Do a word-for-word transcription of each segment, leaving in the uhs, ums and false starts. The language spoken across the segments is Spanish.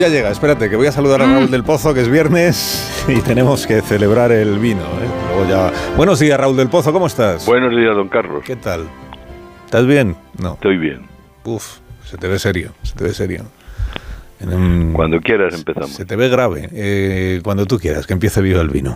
Ya llega, espérate, que voy a saludar a Raúl del Pozo, que es viernes y tenemos que celebrar el vino, ¿eh? Luego ya... Buenos días, Raúl del Pozo, ¿cómo estás? Buenos días, don Carlos. ¿Qué tal? ¿Estás bien? No. Estoy bien. Uf, se te ve serio, se te ve serio. En un... Cuando quieras empezamos. Se te ve grave. Eh, cuando tú quieras, que empiece vivo el vino.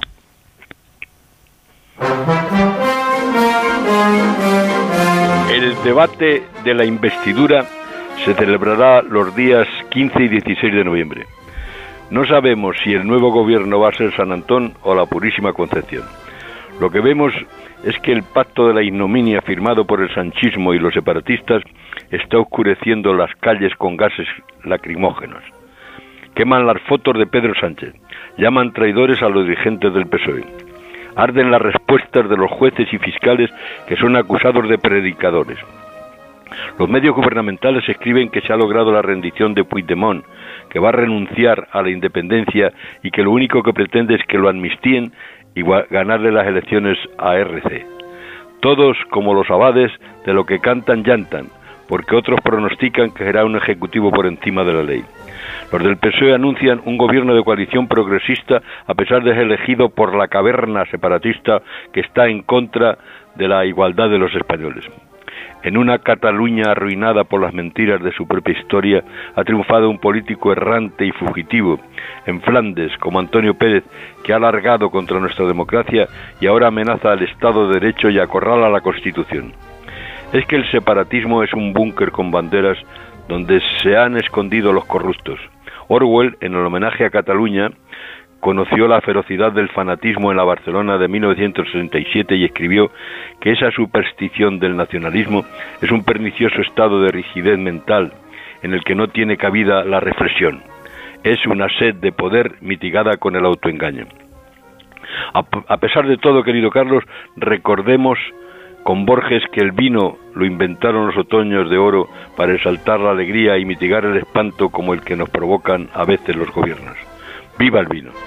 El debate de la investidura se celebrará los días quince y dieciséis de noviembre. No sabemos si el nuevo gobierno va a ser San Antón o la Purísima Concepción. Lo que vemos es que el pacto de la ignominia firmado por el sanchismo y los separatistas está oscureciendo las calles con gases lacrimógenos. Queman las fotos de Pedro Sánchez, llaman traidores a los dirigentes del P S O E. Arden las respuestas de los jueces y fiscales que son acusados de predicadores. Los medios gubernamentales escriben que se ha logrado la rendición de Puigdemont, que va a renunciar a la independencia y que lo único que pretende es que lo amnistíen y ganarle las elecciones a R C. Todos, como los abades, de lo que cantan llantan, porque otros pronostican que será un ejecutivo por encima de la ley. Los del P S O E anuncian un gobierno de coalición progresista a pesar de ser elegido por la caverna separatista que está en contra de la igualdad de los españoles. En una Cataluña arruinada por las mentiras de su propia historia, ha triunfado un político errante y fugitivo. En Flandes, como Antonio Pérez, que ha alargado contra nuestra democracia y ahora amenaza al Estado de Derecho y acorrala la Constitución. Es que el separatismo es un búnker con banderas donde se han escondido los corruptos. Orwell, en el homenaje a Cataluña, conoció la ferocidad del fanatismo en la Barcelona de mil novecientos sesenta y siete y escribió que esa superstición del nacionalismo es un pernicioso estado de rigidez mental en el que no tiene cabida la reflexión. Es una sed de poder mitigada con el autoengaño. A, a pesar de todo, querido Carlos, recordemos con Borges que el vino lo inventaron los otoños de oro para exaltar la alegría y mitigar el espanto como el que nos provocan a veces los gobiernos. ¡Viva el vino!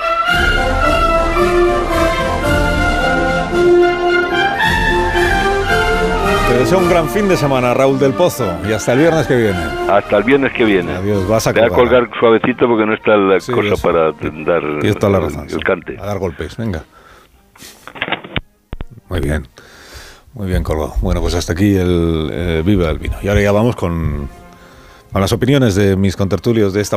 Te deseo un gran fin de semana, Raúl del Pozo, y hasta el viernes que viene. Hasta el viernes que viene. Adiós, vas a Voy a colgar suavecito porque no está la sí, cosa sí. para dar Tienes toda la razón, el, sí. el cante. A dar golpes, venga. Muy bien, muy bien colgado. Bueno, pues hasta aquí el eh, Viva el Vino. Y ahora ya vamos con, con las opiniones de mis contertulios de esta